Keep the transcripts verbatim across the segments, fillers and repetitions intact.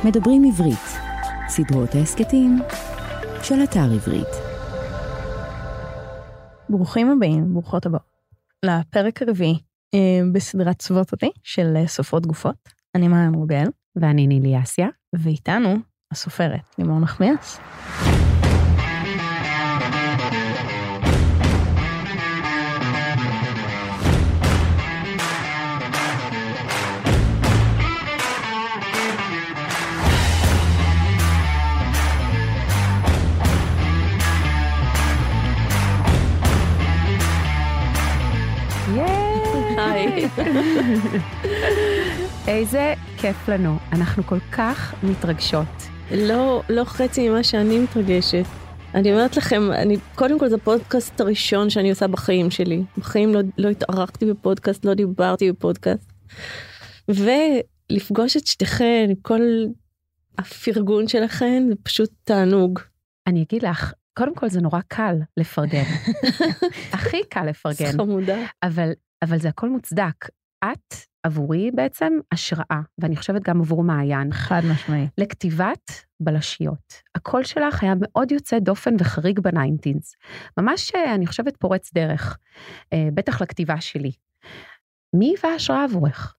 מדברים עברית, סדרות ההסקטים של אתר עברית. ברוכים הבאים, ברוכות הבאות, לפרק הרביעי בסדרת סביבות אותי של סופרות גופות. אני מעיין רוגל. ואני נילי אסיה. ואיתנו הסופרת לימור נחמיאס. איזה כיף לנו, אנחנו כל כך מתרגשות. לא, לא חצי ממה שאני מתרגשת. אני אומרת לכם, אני, קודם כל זה הפודקאסט הראשון שאני עושה בחיים שלי. בחיים לא, לא התערכתי בפודקאסט, לא דיברתי בפודקאסט. ולפגוש את שתיכן, כל הפרגון שלכן, זה פשוט תענוג. אני אגיד לך, קודם כל זה נורא קל לפרגן. הכי קל לפרגן. חמודה. אבל, אבל זה הכל מוצדק. את עבורי בעצם השראה, ואני חושבת גם עבור מעיין. חד משמעי. לכתיבת בלשיות. הקול שלך היה מאוד יוצא דופן וחריג בניינטינס. ממש, אני חושבת, פורץ דרך. בטח לכתיבה שלי. מי וההשראה עבורך?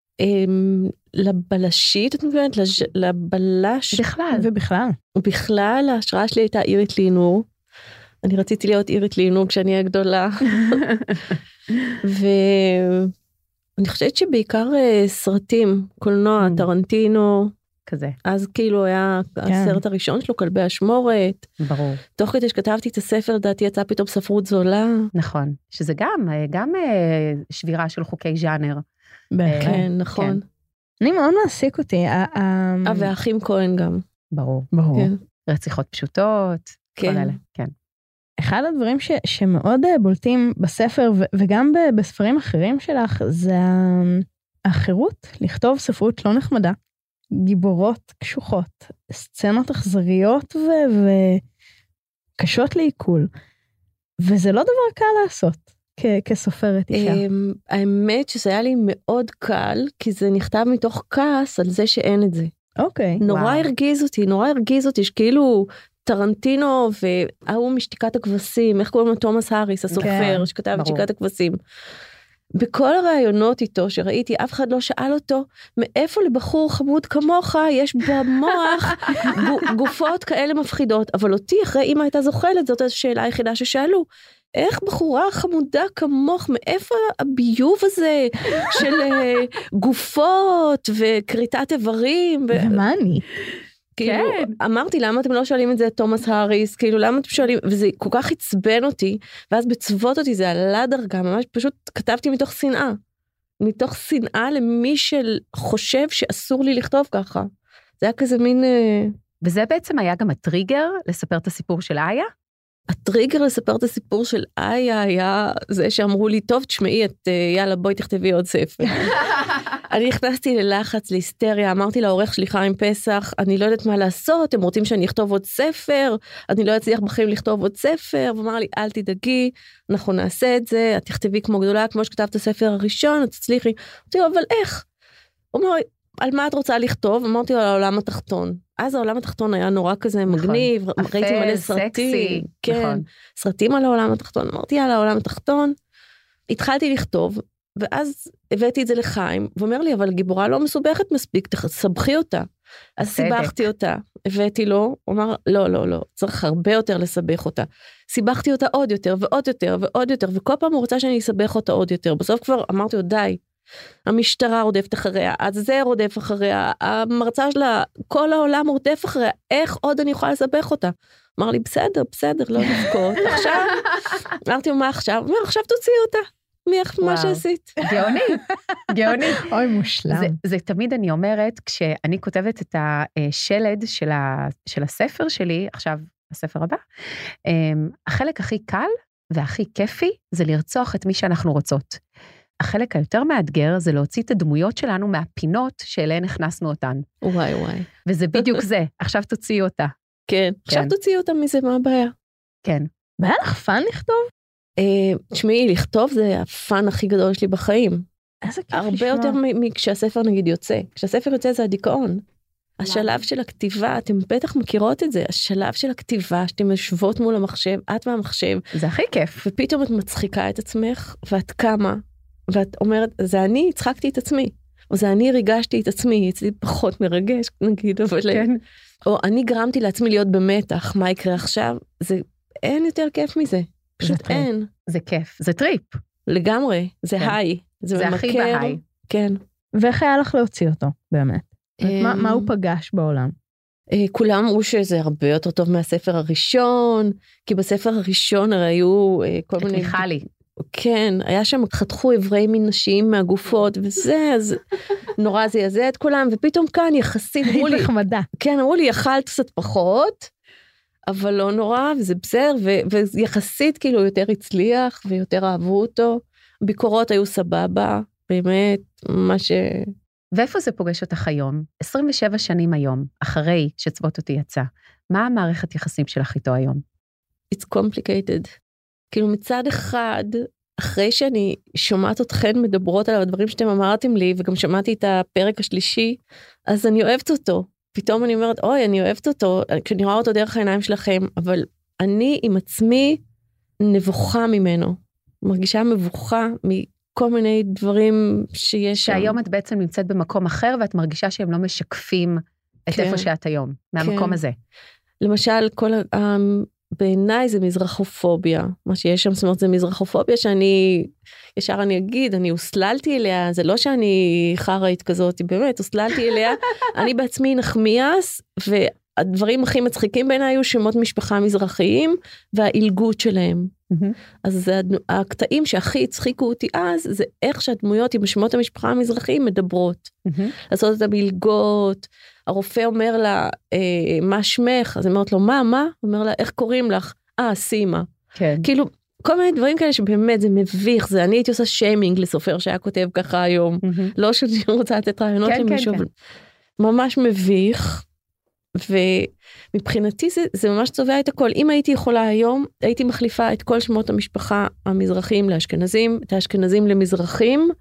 לבלשית, את מבינת? לבלש? בכלל. ובכלל. ובכלל, ההשראה שלי הייתה אירית לינור. אני רציתי להיות אירית לינור כשאני אהיה גדולה. ו... אני חושבת שבעיקר סרטים, קולנוע, טרנטינו, כזה. אז כאילו היה הסרט הראשון שלו, כלבי אשמורת. ברור. תוך כדי שכתבתי את הספר, דעתי יצא פתאום ספרות זולה. נכון, שזה גם, גם שבירה של חוקי ז'אנר. כן, נכון. אני מאוד מעסיק אותי. והאחים כהן גם. ברור. ברור. רציחות פשוטות, כל אלה, כן. אחד הדברים ש, שמאוד בולטים בספר, ו, וגם ב, בספרים אחרים שלך, זה החירות לכתוב ספרות לא נחמדה, גיבורות קשוחות, סצנות אכזריות ו, וקשות לעיכול, וזה לא דבר קל לעשות כ, כסופרת אישה. האמת שזה היה לי מאוד קל, כי זה נכתב מתוך כעס על זה שאין את זה. אוקיי. נורא וואו. הרגיז אותי, נורא הרגיז אותי, שכאילו... טרנטינו והוא משתיקת הכבשים, איך קוראים לו? תומאס האריס, הסופר, כן, שכתב ברור. משתיקת הכבשים. בכל הרעיונות איתו שראיתי, אף אחד לא שאל אותו, מאיפה לבחור חמוד כמוך יש במוח גופות כאלה מפחידות, אבל אותי אחרי אמא הייתה זוחלת, זאת השאלה היחידה ששאלו, איך בחורה חמודה כמוך, מאיפה הביוב הזה של גופות וקריטת איברים? ומה אני? כאילו, כן. אמרתי, למה אתם לא שואלים את זה, תומאס האריס, כאילו, למה אתם שואלים, וזה כל כך עצבן אותי, ואז בצוות אותי, זה עלה דרגה, ממש פשוט כתבתי מתוך שנאה, מתוך שנאה למי שחושב שאסור לי לכתוב ככה. זה היה כזה מין... וזה בעצם היה גם הטריגר לספר את הסיפור של איה? הטריגר לספר את הסיפור של איה היה זה שאמרו לי, טוב, תשמעי את, יאללה, בואי תכתבי עוד ספר. אני נכנסתי ללחץ, להיסטריה, אמרתי לעורך שלי חיים פסח, אני לא יודעת מה לעשות, הם רוצים שאני אכתוב עוד ספר, אני לא אצליח בחיים לכתוב עוד ספר, ואמר לי, אל תדאגי, אנחנו נעשה את זה, את תכתבי כמו גדולה, כמו שכתבת הספר הראשון, את תצליחי. אמרתי לו, אבל איך? הוא אומר, על מה את רוצה לכתוב? אמרתי לו, על העולם התחתון. אז העולם התחתון היה נורא כזה מגניב, ראיתי מלא סרטים, כן, סרטים על העולם התחתון, אמרתי על העולם התחתון, התחלתי לכתוב, ואז הבאתי את זה לחיים, ואומר לי, אבל גיבורה לא מסובכת מספיק, תסבכי אותה. אז סיבכתי אותה, הבאתי לו, הוא אמר, לא, לא, לא, צריך הרבה יותר לסבך אותה. סיבכתי אותה עוד יותר, ועוד יותר, ועוד יותר, וכל פעם הוא רוצה שאני אסבך אותה עוד יותר. בסוף כבר אמרתי לו, די, המשטרה רודפת אחריה, אז זה רודף אחריה, המרצה שלה, כל העולם רודף אחריה, איך עוד אני יכולה לסבך אותה? אמר לי, בסדר, בסדר, לא לבכות. עכשיו, אמרתי לו, מה עכשיו? הוא אומר, עכשיו תוציאי אותה. מה שעשית. גאוני, גאוני. אוי, מושלם. זה, זה תמיד אני אומרת, כשאני כותבת את השלד של, ה, של הספר שלי, עכשיו, הספר הבא, החלק הכי קל והכי כיפי, זה לרצוח את מי שאנחנו רוצות. החלק היותר מאתגר, זה להוציא את הדמויות שלנו מהפינות שאליהן הכנסנו אותן. וואי, וואי. וזה בדיוק זה, עכשיו תוציאי אותה. כן, עכשיו תוציאי אותה מזה, מה הבעיה? כן. והיה לך פן לכתוב? תשמעי, לכתוב זה הפן הכי גדול שלי בחיים. איזה כיף הרבה לשמוע. יותר מכשהספר נגיד יוצא. כשהספר יוצא זה הדיכאון. השלב של הכתיבה, אתם בטח מכירות את זה, השלב של הכתיבה, שאתם יושבות מול המחשב, את והמחשב. זה הכי כיף. ופתאום את מצחיקה את עצמך, ואת קמה, ואת אומרת, זה אני הצחקתי את עצמי, או זה אני ריגשתי את עצמי, אצלי פחות מרגש, נגיד, אבל... כן. או אני גרמתי לעצמי להיות במתח, מה יקרה עכשיו? זה, אין יותר כיף מזה. פשוט אין. זה כיף, זה טריפ. לגמרי, זה כן. היי. זה, זה הכי בהיי. כן. ואיך היה לך להוציא אותו, באמת? מה, מה הוא פגש בעולם? כולם אמרו שזה הרבה יותר טוב מהספר הראשון, כי בספר הראשון הרי היו כל מיני... את מיכלי. כן, היה שם, חתכו עברי מין נשיים מהגופות, וזה, אז נורא זעזע את כולם, ופתאום כאן יחסית, אמרו לי... נחמדה. כן, אמרו לי, יאכלת קצת פחות, אבל לא נורא, וזה בסדר, ויחסית כאילו יותר הצליח, ויותר אהבו אותו. ביקורות היו סבבה, באמת, מה ש... ואיפה זה פוגש אותך היום? עשרים ושבע שנים היום, אחרי שצוות אותי יצא. מה המערכת יחסים שלך איתו היום? It's complicated. כאילו מצד אחד, אחרי שאני שומעת אתכן מדברות על הדברים שאתם אמרתם לי, וגם שמעתי את הפרק השלישי, אז אני אוהבת אותו. פתאום אני אומרת, אוי, אני אוהבת אותו, כשאני רואה אותו דרך העיניים שלכם, אבל אני עם עצמי נבוכה ממנו. מרגישה מבוכה מכל מיני דברים שיש שם. שהיום את בעצם נמצאת במקום אחר, ואת מרגישה שהם לא משקפים את כן. איפה שאת היום, מהמקום כן. הזה. למשל, כל ה... בעיניי זה מזרחופוביה, מה שיש שם, זאת אומרת, זה מזרחופוביה שאני, ישר אני אגיד, אני הוסללתי אליה, זה לא שאני חראית כזאת, באמת, הוסללתי אליה, אני בעצמי נחמיאס, והדברים הכי מצחיקים בעיניי היו שמות משפחה מזרחיים, והאילגות שלהם. אז הקטעים שהכי הצחיקו אותי אז, זה איך שהדמויות עם שמות המשפחה המזרחיים מדברות. לעשות את המילגות, הרופא אומר לה, מה שמך? אז היא אומרת לו, מה, מה? הוא אומר לה, איך קוראים לך? אה, סימה. כן. כאילו, כל מיני דברים כאלה שבאמת זה מביך, זה אני הייתי עושה שיימינג לסופר שהיה כותב ככה היום, לא שאני רוצה לתת רעיונות למישהו, ממש מביך, ומבחינתי זה, זה ממש צובע את הכל. אם הייתי יכולה היום, הייתי מחליפה את כל שמות המשפחה המזרחיים לאשכנזים, את האשכנזים למזרחים,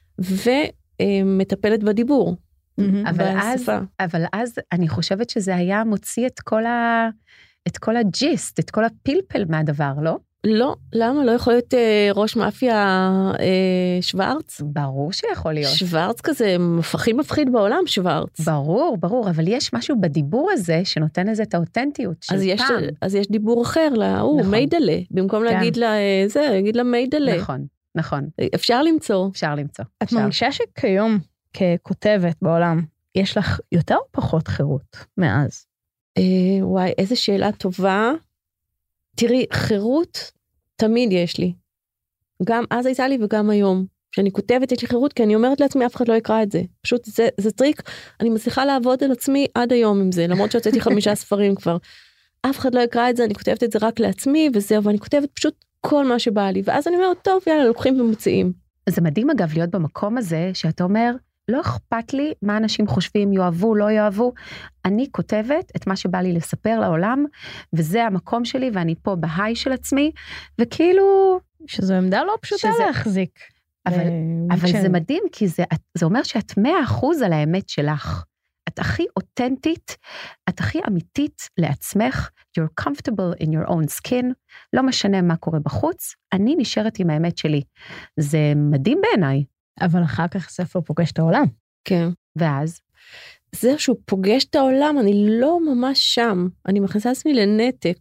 ומטפלת בדיבור. אבל אז, אבל אז אני חושבת שזה היה מוציא את כל ה, את כל הג'יסט, את כל הפלפל מהדבר, לא? לא, למה? לא יכול להיות אה, ראש מאפיה אה, שוורץ? ברור שיכול להיות. שוורץ כזה, הכי מפחיד בעולם שוורץ. ברור, ברור, אבל יש משהו בדיבור הזה שנותן לזה את האותנטיות של אז פעם. יש, אז יש דיבור אחר לה, הוא, נכון. מיידלה, במקום כן. להגיד לה, זה, להגיד לה מיידלה. נכון, נכון. אפשר למצוא. אפשר למצוא. את מרגישה שכיום, ככותבת בעולם, יש לך יותר או פחות חירות מאז? אה, וואי, איזה שאלה טובה. תראי, חירות תמיד יש לי. גם אז הייתה לי וגם היום. כשאני כותבת יש לי חירות, כי אני אומרת לעצמי, אף אחד לא יקרא את זה. פשוט זה, זה טריק, אני מצליחה לעבוד על עצמי עד היום עם זה, למרות שהוצאתי חמישה ספרים כבר. אף אחד לא יקרא את זה, אני כותבת את זה רק לעצמי, וזהו, ואני כותבת פשוט כל מה שבא לי. ואז אני אומרת, טוב, יאללה, לוקחים ומוציאים. זה מדהים אגב להיות במקום הזה, שאתה אומר, לא אכפת לי מה אנשים חושבים, יאהבו, לא יאהבו. אני כותבת את מה שבא לי לספר לעולם, וזה המקום שלי, ואני פה בהיי של עצמי, וכאילו... שזו עמדה לא פשוטה שזה... להחזיק. אבל, אבל זה מדהים, כי זה, זה אומר שאת מאה אחוז על האמת שלך. את הכי אותנטית, את הכי אמיתית לעצמך, you're comfortable in your own skin, לא משנה מה קורה בחוץ, אני נשארת עם האמת שלי. זה מדהים בעיניי. אבל אחר כך ספר פוגש את העולם. כן. ואז? זה שהוא פוגש את העולם, אני לא ממש שם. אני מכניסה עצמי לנתק.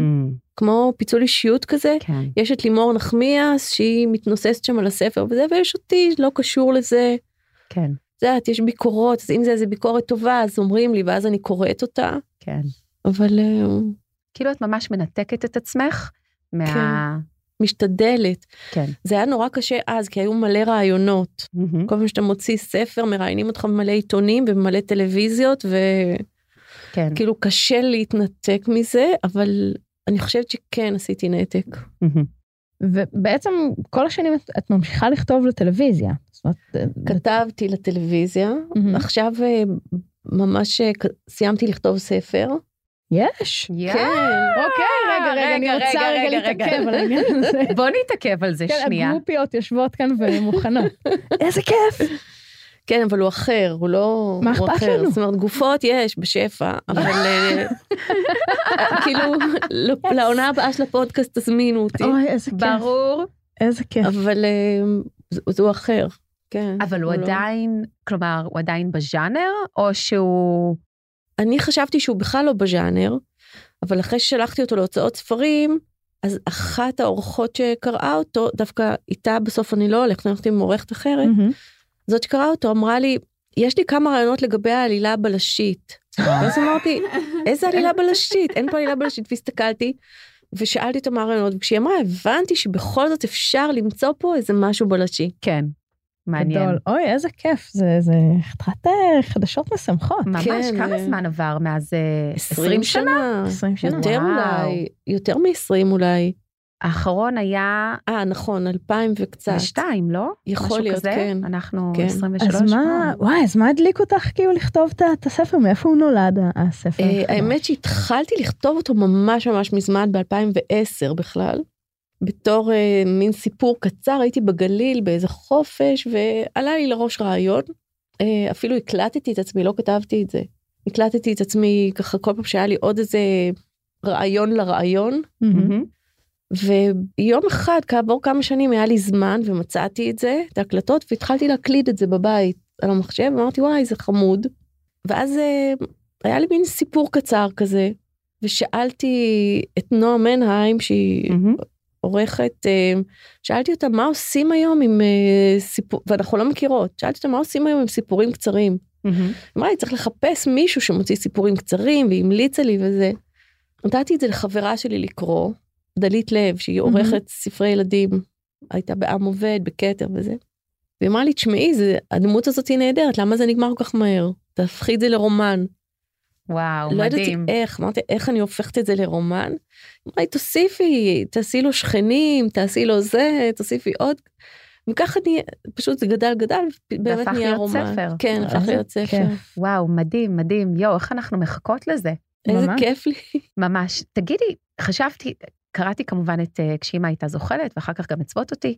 כמו פיצול אישיות כזה. כן. יש את לימור נחמיאס, שהיא מתנוססת שם על הספר וזה, ויש אותי, לא קשור לזה. כן. זאת, יש ביקורות, אז אם זה איזה ביקורת טובה, אז אומרים לי, ואז אני קוראת אותה. כן. אבל... כאילו את ממש מנתקת את עצמך מה... כן. משתדלת. כן. זה היה נורא קשה אז, כי היו מלא רעיונות. Mm-hmm. כל פעם שאתה מוציא ספר, מראיינים אותך במלא עיתונים ובמלא טלוויזיות, וכאילו כן. קשה להתנתק מזה, אבל אני חושבת שכן עשיתי נתק. Mm-hmm. ובעצם כל השנים את, את ממשיכה לכתוב לטלוויזיה. זאת אומרת, כתבתי לטלוויזיה, mm-hmm. עכשיו ממש סיימתי לכתוב ספר, יש? כן. אוקיי, רגע, רגע, אני רוצה רגע להתעכב על העניין הזה. בוא נתעכב על זה שנייה. הגרופיות יושבות כאן ומוכנות. איזה כיף. כן, אבל הוא אחר, הוא לא... מה הוא אכפת אחר. לנו? זאת אומרת, גופות יש בשפע, אבל אה, כאילו, לא- לעונה הבאה של הפודקאסט תזמינו אותי, אוי, איזה כיף. ברור. איזה כיף. אבל אה, זה- זה הוא אחר, כן. אבל הוא לא- עדיין, כלומר, הוא עדיין בז'אנר, או שהוא... אני חשבתי שהוא בכלל לא בז'אנר, אבל אחרי ששלחתי אותו להוצאות ספרים, אז אחת האורחות שקראה אותו, דווקא איתה בסוף אני לא הולכת, אני הולכת עם עורכת אחרת, מהמם. זאת שקראה אותו אמרה לי, יש לי כמה רעיונות לגבי העלילה הבלשית. ואז אמרתי, איזה עלילה בלשית? אין פה עלילה בלשית, והסתכלתי, ושאלתי אותה מה הרעיונות, וכשהיא אמרה, הבנתי שבכל זאת אפשר למצוא פה איזה משהו בלשי. כן, מעניין. גדול. אוי, איזה כיף. זה זה חתיכת אה, חדשות משמחות. ממש, כן, כמה אה, זמן עבר מאז אה, עשרים שנה. עשרים שנה. יותר וואו. אולי, יותר מ-עשרים אולי. האחרון היה אה, נכון, אלפיים וקצת. שתיים, לא? יכול משהו להיות, כזה? כן. אנחנו כן. עשרים ושלוש. אז מה, וואי, אז מה הדליק אותך כאילו לכתוב את ה- את הספר? מאיפה הוא נולד, ה- הספר? אה, החדש? האמת שהתחלתי לכתוב אותו ממש ממש מזמן, ב-אלפיים ועשר בכלל, בתור אה, מין סיפור קצר, הייתי בגליל באיזה חופש, ועלה לי לראש רעיון, אה, אפילו הקלטתי את עצמי, לא כתבתי את זה, הקלטתי את עצמי ככה כל פעם שהיה לי עוד איזה רעיון לרעיון, מהמם. מהמם. ויום אחד כעבור כמה שנים היה לי זמן ומצאתי את זה, את ההקלטות, והתחלתי להקליד את זה בבית על המחשב, ואמרתי וואי זה חמוד, ואז אה, היה לי מין סיפור קצר כזה, ושאלתי את נועה מנהיים שהיא מהמם. עורכת, אה, שאלתי אותה מה עושים היום עם אה, סיפור, ואנחנו לא מכירות, שאלתי אותה מה עושים היום עם סיפורים קצרים, מהמם. אמרה לי צריך לחפש מישהו שמוציא סיפורים קצרים, והיא המליצה לי וזה, נתתי את זה לחברה שלי לקרוא, דלית לב, שהיא עורכת ספרי ילדים, הייתה בעם עובד, בכתר וזה. והיא אמרה לי, תשמעי, זה, הדמות הזאת היא נהדרת, למה זה נגמר כל כך מהר? תהפכי את זה לרומן. וואו, לא ידעתי מדהים. איך, אמרתי, איך אני הופכת את זה לרומן? אמרה לי, תוסיפי, תעשי לו שכנים, תעשי לו זה, תוסיפי עוד. וככה אני, פשוט זה גדל גדל, באמת והפך נהיה להיות רומן. ספר. כן, הפך איזה להיות ספר. כיף. וואו, מדהים, מדהים. יואו, איך אנחנו מחכות לזה? איזה ממש. כיף לי. ממש. תגידי, חשבתי, קראתי כמובן את uh, כשאמא הייתה זוחלת, ואחר כך גם הצוות אותי,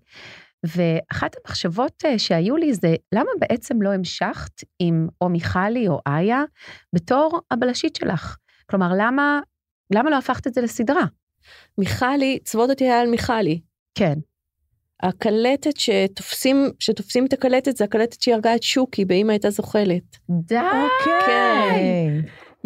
ואחת המחשבות uh, שהיו לי זה, למה בעצם לא המשכת עם או מיכלי או איה, בתור הבלשית שלך? כלומר, למה, למה לא הפכת את זה לסדרה? מיכלי, צוות אותי היה על מיכלי. כן. הקלטת שתופסים, שתופסים את הקלטת, זה הקלטת שהיא הרגה את שוקי, באמא הייתה זוחלת. די! אוקיי.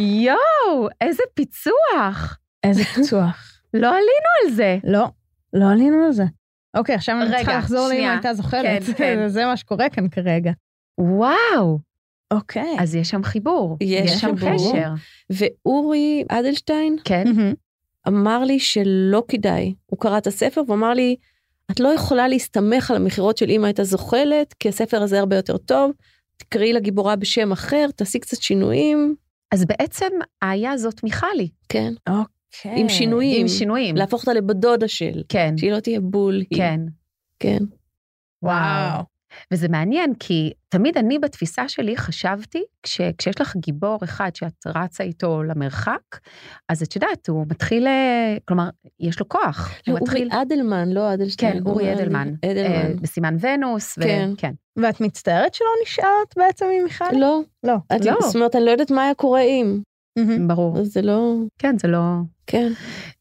יואו, איזה פיצוח! איזה פיצוח. לא עלינו על זה. לא, לא עלינו על זה. אוקיי, עכשיו אני רגע, צריכה לחזור לאמא שנייה. הייתה זוכרת. כן, כן. זה מה שקורה כאן כרגע. וואו, אוקיי. אז יש שם חיבור. יש שם חיבור. קשר. ואורי אדלשטיין כן. מהמם. אמר לי שלא כדאי. הוא קרא את הספר ואמר לי, את לא יכולה להסתמך על המחירות של אמא הייתה זוחלת, כי הספר הזה הרבה יותר טוב, תקראי לגיבורה בשם אחר, תעשי קצת שינויים. אז בעצם היה זאת מיכלי. כן. אוקיי. עם שינויים. עם שינויים. להפוך אותה לבדודה של. כן, שהיא לא תהיה בול. היא. כן. כן. וואו. וזה מעניין, כי תמיד אני בתפיסה שלי חשבתי, כש, כשיש לך גיבור אחד שאת רצה איתו למרחק, אז את יודעת, הוא מתחיל, אה, כלומר, יש לו כוח. לא, הוא מתחיל, אורי אדלמן, לא אדלשטיין. כן, אורי אדלמן. אה, אדלמן. בסימן ונוס. ו- כן. כן. ואת מצטערת שלא נשארת בעצם עם מיכל? לא. לא. את- לא. זאת אומרת, אני לא יודעת מה היה קורה אם. מהמם. ברור. אז זה לא... כן, זה לא... כן.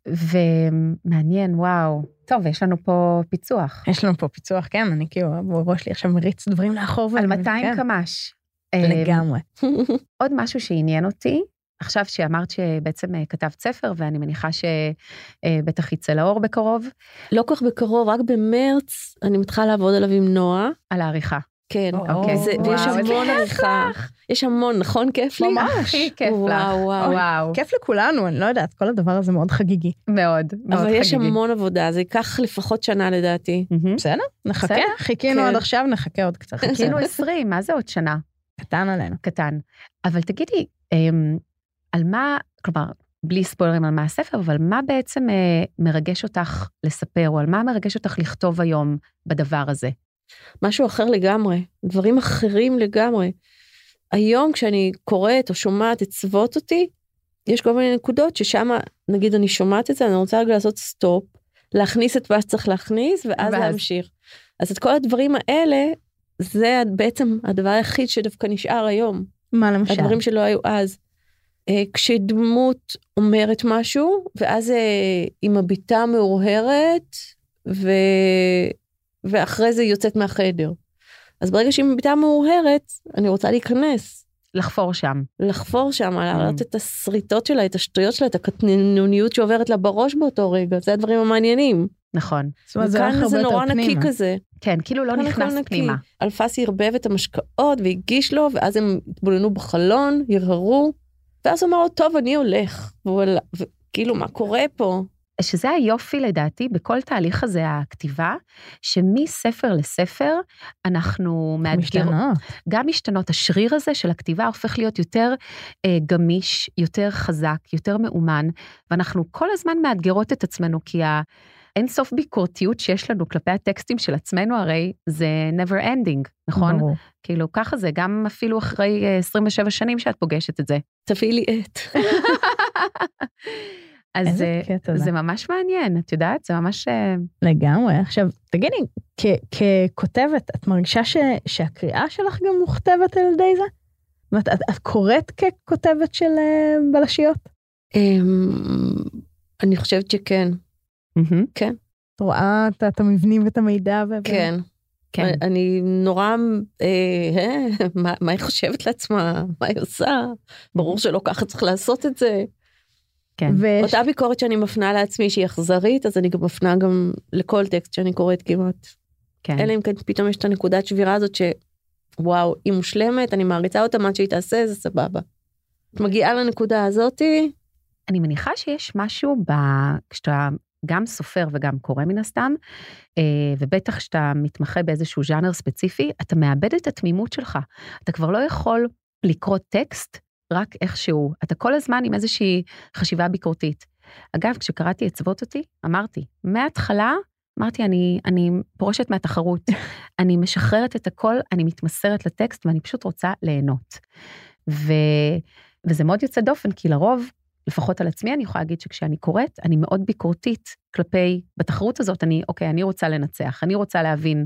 ומעניין, וואו. טוב, יש לנו פה פיצוח. יש לנו פה פיצוח, כן, אני כאילו, הראש לי עכשיו מריץ דברים לאחור. על ואני- מאתיים כן, קמ"ש. לגמרי. עוד משהו שעניין אותי, עכשיו שאמרת שבעצם אה, כתבת ספר, ואני מניחה שבטח יצא לאור בקרוב, לא כל כך בקרוב, רק במרץ אני מתחילה לעבוד עליו עם נועה. על העריכה. כן. אוקיי. וזה- וואו, ויש איזה המון כיף עריכה. יש המון, נכון? כיף לי? ממש. הכי כיף לך. וואו, וואו. וואו. כיף לכולנו, אני לא יודעת, כל הדבר הזה מאוד חגיגי. מאוד, מאוד אבל חגיגי. יש המון עבודה, זה ייקח לפחות שנה לדעתי. מהמם. בסדר? נחכה, בסדר. חיכינו כן. עד עכשיו, נחכה עוד קצת. חיכינו עשרים, מה זה עוד שנה? קטן עלינו. קטן. אבל תגידי, אמ, על מה, כלומר, בלי ספוילרים על מה הספר, אבל מה בעצם אה, מרגש אותך לספר, או על מה מרגש אותך לכתוב היום בדבר הזה? משהו אחר לגמרי, דברים אחרים לגמרי. היום כשאני קוראת או שומעת את צוות אותי, יש כל מיני נקודות ששם, נגיד אני שומעת את זה, אני רוצה רגע לעשות סטופ, להכניס את מה שצריך להכניס, ואז ואז. להמשיך. אז את כל הדברים האלה, זה בעצם הדבר היחיד שדווקא נשאר היום. מה למשל? הדברים שלא היו אז. כשדמות אומרת משהו, ואז היא מביטה מאורהרת, ו... ואחרי זה יוצאת מהחדר. אז ברגע שהיא מביטה מאורהרת, אני רוצה להיכנס. לחפור שם. לחפור שם, להעלות את הסריטות שלה, את השטויות שלה, את הקטנוניות שעוברת לה בראש באותו רגע. זה הדברים המעניינים. נכון. וכאן זה נורא נקי כזה. כן, כאילו לא נכנס פנימה. אלפסי הרבב את המשקאות והגיש לו, ואז הם התבוננו בחלון, ירהרו, ואז הוא אמר לו, טוב, אני הולך. וכאילו, מה קורה פה? שזה היופי לדעתי בכל תהליך הזה, הכתיבה, שמספר לספר אנחנו מאתגרות. משתנות. גם משתנות. השריר הזה של הכתיבה הופך להיות יותר אה, גמיש, יותר חזק, יותר מאומן, ואנחנו כל הזמן מאתגרות את עצמנו, כי האין סוף ביקורתיות שיש לנו כלפי הטקסטים של עצמנו, הרי זה never ending, נכון? ברור. כאילו ככה זה, גם אפילו אחרי עשרים ושבע שנים שאת פוגשת את זה. תביאי לי את. אז זה, זה ממש מעניין, את יודעת? זה ממש... לגמרי. עכשיו, תגידי, כ- ככותבת, את מרגישה ש- שהקריאה שלך גם מוכתבת על ידי זה? את, את, את קוראת ככותבת של uh, בלשיות? אני חושבת שכן. Mm-hmm. כן. את רואה את, את המבנים ואת המידע? ו- כן. כן. אני נורא, אה, מה, מה היא חושבת לעצמה? מה היא עושה? ברור שלא ככה צריך לעשות את זה. כן. ו... אותה ביקורת שאני מפנה לעצמי שהיא אכזרית, אז אני גם מפנה גם לכל טקסט שאני קוראת כמעט. כן. אלא אם כן פתאום יש את הנקודת שבירה הזאת שוואו, היא מושלמת, אני מעריצה אותה, מה שהיא תעשה, זה סבבה. את מגיעה לנקודה הזאת. אני מניחה שיש משהו ב... כשאתה גם סופר וגם קורא מן הסתם, ובטח שאתה מתמחה באיזשהו ז'אנר ספציפי, אתה מאבד את התמימות שלך. אתה כבר לא יכול לקרוא טקסט, רק איכשהו. אתה כל הזמן עם איזושהי חשיבה ביקורתית. אגב, כשקראתי עצבות אותי, אמרתי, מההתחלה, אמרתי, אני, אני פורשת מהתחרות, אני משחררת את הכל, אני מתמסרת לטקסט, ואני פשוט רוצה ליהנות. ו, וזה מאוד יוצא דופן, כי לרוב, לפחות על עצמי, אני יכולה להגיד שכשאני קוראת, אני מאוד ביקורתית כלפי, בתחרות הזאת, אני, אוקיי, אני רוצה לנצח, אני רוצה להבין,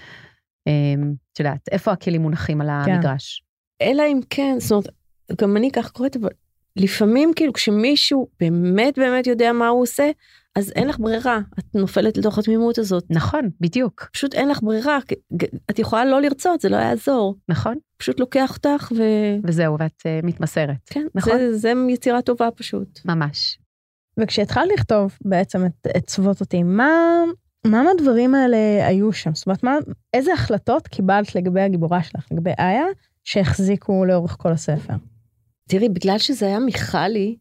את יודעת, איפה הכלים מונחים על המגרש. אלא אם כן, זאת אומרת, גם אני כך קוראת, אבל לפעמים כאילו כשמישהו באמת באמת יודע מה הוא עושה, אז אין לך ברירה, את נופלת לתוך התמימות הזאת. נכון, בדיוק. פשוט אין לך ברירה, את יכולה לא לרצות, זה לא יעזור. נכון. פשוט לוקח אותך ו... וזהו, ואת uh, מתמסרת. כן, נכון. זה, זה יצירה טובה פשוט. ממש. וכשהתחלת לכתוב בעצם את עצבות אותי, מה, מה מהדברים האלה היו שם? זאת אומרת, מה, איזה החלטות קיבלת לגבי הגיבורה שלך, לגבי איה, שהחזיקו לאורך כל הספר? תראי, בגלל שזה היה מיכלי,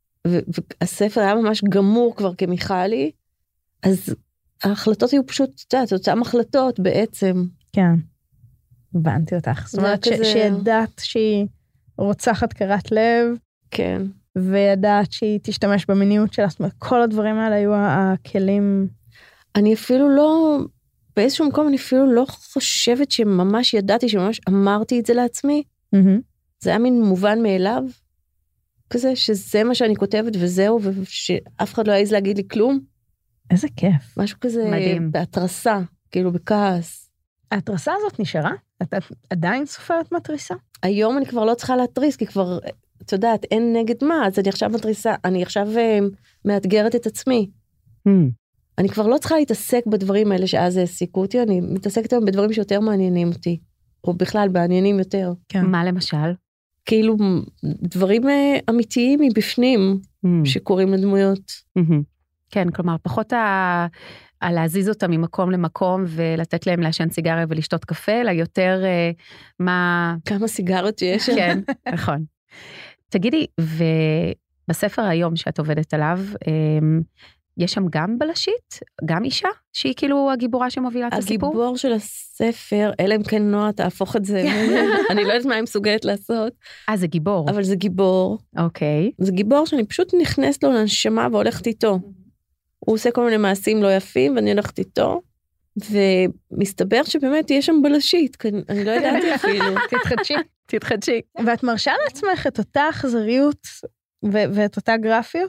והספר היה ממש גמור כבר כמיכלי, אז ההחלטות היו פשוט, את יודעת, אותם החלטות בעצם. כן, הבנתי אותך. זאת אומרת, כזה... שידעת שהיא רוצחת קרת לב, כן. וידעת שהיא תשתמש במיניות שלה, זאת אומרת, כל הדברים האלה היו הכלים. אני אפילו לא, באיזשהו מקום אני אפילו לא חושבת שממש ידעתי, שממש אמרתי את זה לעצמי. Mm-hmm. זה היה מין מובן מאליו, כזה שזה מה שאני כותבת וזהו, ושאף אחד לא יעז להגיד לי כלום. איזה כיף. משהו כזה מדהים. בהתרסה, כאילו בכעס. ההתרסה הזאת נשארה? את, את עדיין סופרת מתריסה? היום אני כבר לא צריכה להתריס, כי כבר, את יודעת, אין נגד מה, אז אני עכשיו מתריסה, אני עכשיו מאתגרת את עצמי. Mm. אני כבר לא צריכה להתעסק בדברים האלה שאז העסיקו אותי, אני מתעסקת היום בדברים שיותר מעניינים אותי, או בכלל מעניינים יותר. כן. מה למשל? כאילו דברים אמיתיים מבפנים mm. שקורים לדמויות. Mm-hmm. כן, כלומר, פחות ה... על להזיז אותם ממקום למקום ולתת להם לעשן סיגריה ולשתות קפה, אלא יותר uh, מה... כמה סיגרות שיש. כן, נכון. תגידי, ובספר היום שאת עובדת עליו, um, יש שם גם בלשית, גם אישה, שהיא כאילו הגיבורה שמובילה את הסיפור? הגיבור של הספר, אלא אם כן נועה תהפוך את זה, אני לא יודעת מה היא מסוגלת לעשות. אה, זה גיבור. אבל זה גיבור. אוקיי. זה גיבור שאני פשוט נכנסת לו לנשמה והולכת איתו. הוא עושה כל מיני מעשים לא יפים, ואני הולכת איתו, ומסתבר שבאמת יש שם בלשית, אני לא ידעתי אפילו. תתחדשי. תתחדשי. ואת מרשה לעצמך את אותה אכזריות, ואת אותה גרפיות?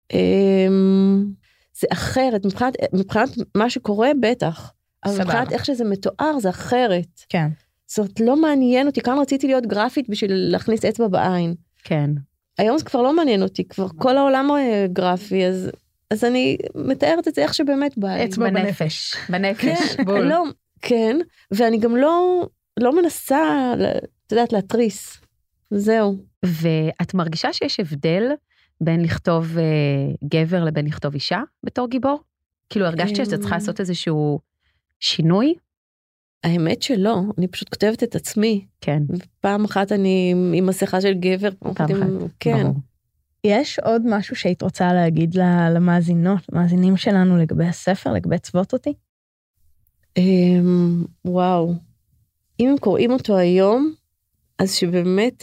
זה אחרת, מבחינת מה שקורה בטח, אבל מבחינת איך שזה מתואר זה אחרת. כן. זאת לא מעניין אותי, כאן רציתי להיות גרפית בשביל להכניס אצבע בעין. כן. היום זה כבר לא מעניין אותי, כבר כל העולם גרפי, אז, אז אני מתארת את זה איך שבאמת בא לי. אצבע בנפש. בנפש, כן, בול. לא, כן, ואני גם לא, לא מנסה, את יודעת, להתריס. זהו. ואת מרגישה שיש הבדל בין לכתוב אה, גבר לבין לכתוב אישה בתור גיבור? כאילו הרגשת שאתה צריכה לעשות איזשהו שינוי? האמת שלא, אני פשוט כותבת את עצמי. כן. פעם אחת אני עם מסכה של גבר. פעם אחת, כן. ברור. יש עוד משהו שהיית רוצה להגיד למאזינות, למאזינים שלנו לגבי הספר, לגבי צוות אותי? וואו. אם הם קוראים אותו היום, אז שבאמת,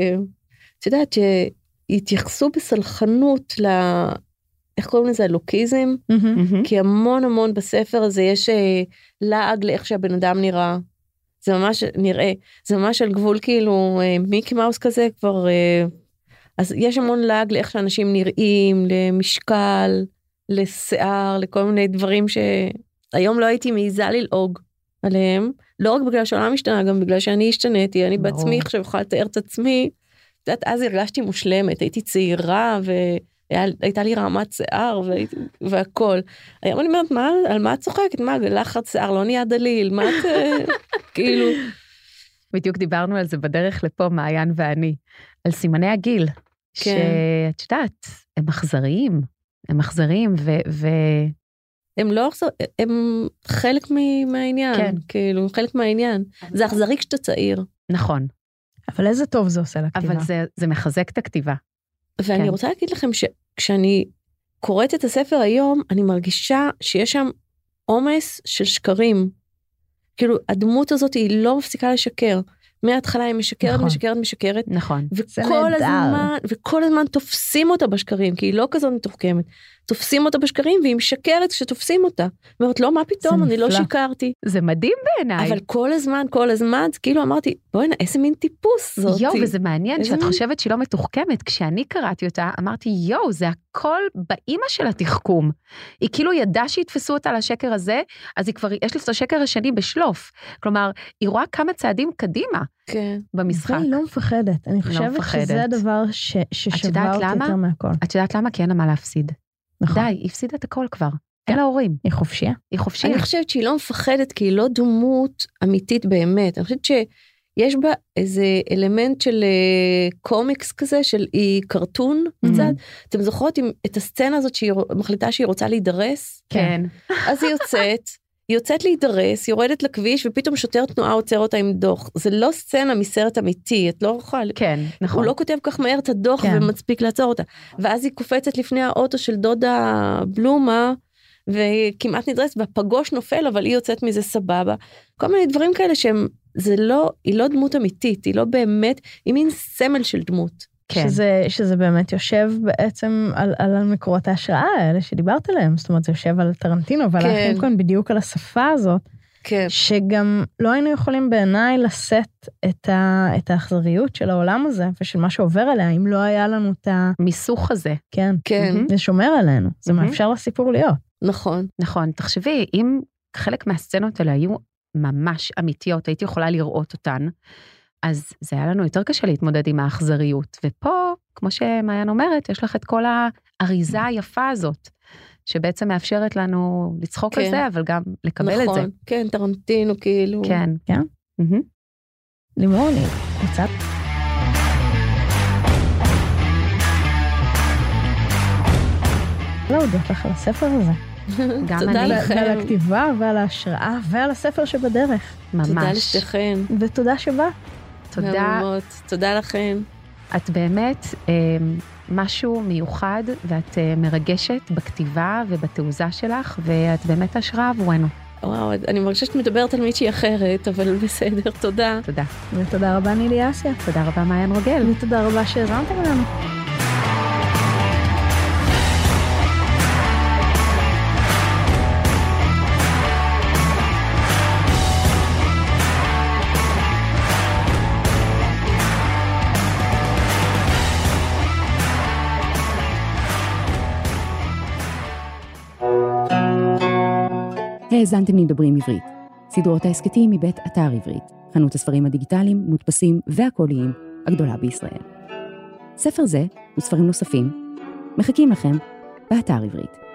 את יודעת, שיתייחסו בסלחנות ל... איך קוראים לזה? לוקיזם? כי המון המון בספר הזה יש לעג לאיך שהבן אדם נראה. זה ממש נראה, זה ממש על גבול כאילו מיקי מאוס כזה כבר, אז יש המון לעג לאיך שאנשים נראים, למשקל, לשיער, לכל מיני דברים שהיום לא הייתי מעיזה ללעוג עליהם, לא רק בגלל שהעולם השתנה, גם בגלל שאני השתניתי, אני בעצמי עכשיו יכולה לתאר את עצמי, את יודעת, אז הרגשתי מושלמת, הייתי צעירה ו... הייתה לי רעמת שיער והכל. היום אני אומרת, מה, על מה את צוחקת? מה, לחץ שיער לא נהיה דליל? מה את, כאילו... בדיוק דיברנו על זה בדרך לפה, מעיין ואני, על סימני הגיל, שאת יודעת, הם אכזריים, הם אכזריים, ו... הם לא אכזריים, הם חלק מהעניין, כן. כאילו, חלק מהעניין. זה אכזרי כשאתה צעיר. נכון. אבל איזה טוב זה עושה לכתיבה. אבל זה, זה מחזק את הכתיבה. ואני כן. רוצה להגיד לכם שכשאני קוראת את הספר היום, אני מרגישה שיש שם עומס של שקרים. כאילו, הדמות הזאת היא לא מפסיקה לשקר. מההתחלה היא משקרת, נכון. משקרת, משקרת. נכון. וכל הזמן, וכל הזמן תופסים אותה בשקרים, כי היא לא כזאת מתוחכמת. תופסים אותה בשקרים, והיא משקרת כשתופסים אותה. אומרת, לא, מה פתאום, אני לא שיקרתי. זה מדהים בעיניי. אבל כל הזמן, כל הזמן, כאילו אמרתי, בואי נה, איזה מין טיפוס זאת. יו, וזה מעניין שאת חושבת שהיא לא מתוחכמת. כשאני קראתי אותה, אמרתי, יו, זה הכל באמא של התחכום. היא כאילו ידעה שיתפסו אותה לשקר הזה, אז היא כבר, יש לה את השקר השני בשלוף. כלומר, היא רואה כמה צעדים קדימה כן. במשחק. והיא לא מפחדת. אני חושבת מפחדת. שזה הדבר ש, ששווה אותי יותר מהכל. את יודעת למה? כי אין לה מה להפסיד. נכון. די, היא הפסידה את הכל כבר. אין לה הורים. היא חופשייה. היא חופשייה. אני חושבת שהיא לא מפחדת, כי היא לא דמות אמיתית באמת. אני חושבת שיש בה איזה אלמנט של קומיקס כזה, של היא קרטון קצת. אתם זוכרות את הסצנה הזאת שהיא מחליטה שהיא רוצה להידרס? כן. אז היא יוצאת, היא יוצאת להידרס, היא יורדת לכביש, ופתאום שוטר תנועה עוצר אותה עם דוח. זה לא סצנה מסרט אמיתי, את לא יכולה... כן, נכון. הוא לא כותב כך מהר את הדוח כן. ומצפיק לעצור אותה. ואז היא קופצת לפני האוטו של דודה בלומה, וכמעט נדרסת, והפגוש נופל, אבל היא יוצאת מזה סבבה. כל מיני דברים כאלה שהם, זה לא, היא לא דמות אמיתית, היא לא באמת, היא מין סמל של דמות. כן. שזה, שזה באמת יושב בעצם על, על המקורות ההשראה האלה שדיברת עליהם, זאת אומרת זה יושב על טרנטינו, אבל כן. להכין כאן בדיוק על השפה הזאת, כן. שגם לא היינו יכולים בעיניי לשאת את, ה, את האכזריות של העולם הזה, ושל מה שעובר עליה, אם לא היה לנו את ה... מיסוך הזה. כן. כן. זה שומר עלינו, זה מאפשר לסיפור להיות. נכון. נכון, תחשבי, אם חלק מהסצנות האלה היו ממש אמיתיות, הייתי יכולה לראות אותן, אז זה היה לנו יותר קשה להתמודד עם האכזריות. ופה, כמו שמעיין אומרת, יש לך את כל האריזה היפה הזאת, שבעצם מאפשרת לנו לצחוק על זה, אבל גם לקבל את זה. נכון, כן, טרנטינו כאילו. כן. כן? לימור, אני קצת... להודות לך על הספר הזה. גם תודה אני. לכם. ועל הכתיבה ועל ההשראה ועל הספר שבדרך. ממש. תודה לשתיכן. ותודה שבא. תודה. מהממות. תודה לכן. את באמת אה, משהו מיוחד, ואת אה, מרגשת בכתיבה ובתעוזה שלך, ואת באמת השראה עבורנו. וואו, אני מרגישה שאת מדברת על מישהי אחרת, אבל בסדר, תודה. תודה. ותודה רבה נילי אסיה. תודה רבה מעיין רוגל. ותודה רבה שהזמנתם לנו. האזנתם לדברים עברית. סדרות ההסכתים מבית אתר עברית, חנות הספרים הדיגיטליים, מודפסים והקוליים הגדולה בישראל. ספר זה וספרים נוספים מחכים לכם באתר עברית.